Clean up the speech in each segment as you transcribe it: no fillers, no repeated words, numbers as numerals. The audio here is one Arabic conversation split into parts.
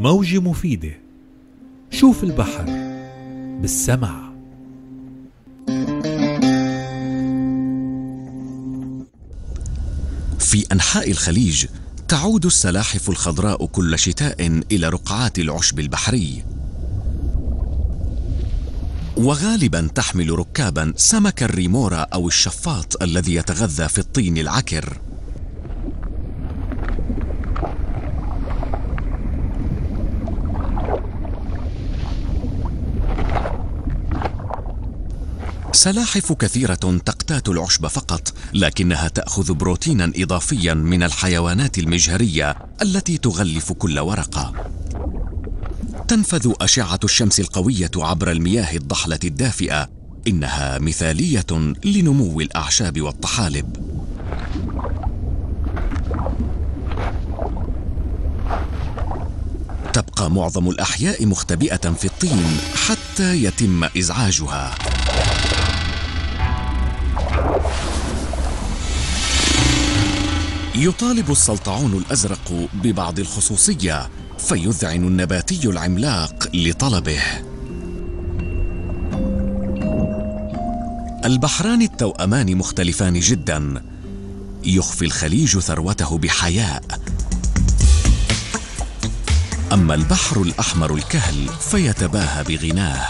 موجة مفيدة. شوف البحر بالسمع. في أنحاء الخليج تعود السلاحف الخضراء كل شتاء إلى رقعات العشب البحري، وغالبا تحمل ركابا سمك الريمورا أو الشفاط الذي يتغذى في الطين العكر. سلاحف كثيرة تقتات العشب فقط، لكنها تأخذ بروتينا إضافيا من الحيوانات المجهرية التي تغلف كل ورقة. تنفذ أشعة الشمس القوية عبر المياه الضحلة الدافئة، إنها مثالية لنمو الأعشاب والطحالب. تبقى معظم الأحياء مختبئة في الطين حتى يتم إزعاجها. يطالب السلطعون الأزرق ببعض الخصوصية، فيذعن النباتي العملاق لطلبه. البحران التوأمان مختلفان جدا. يخفي الخليج ثروته بحياء، أما البحر الأحمر الكهل فيتباهى بغناه.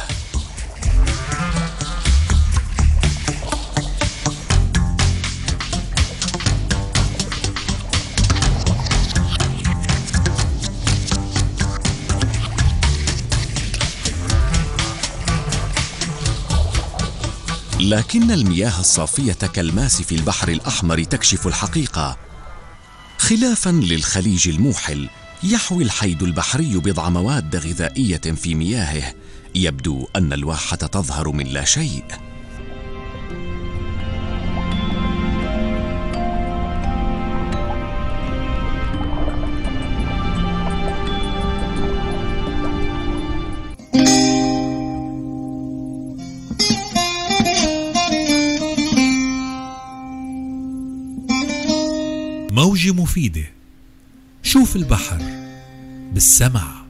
لكن المياه الصافية كالماس في البحر الأحمر تكشف الحقيقة. خلافاً للخليج الموحل، يحوي الحيد البحري بضع مواد غذائية في مياهه. يبدو أن الواحة تظهر من لا شيء. موجة مفيدة. شوف البحر بالسمع.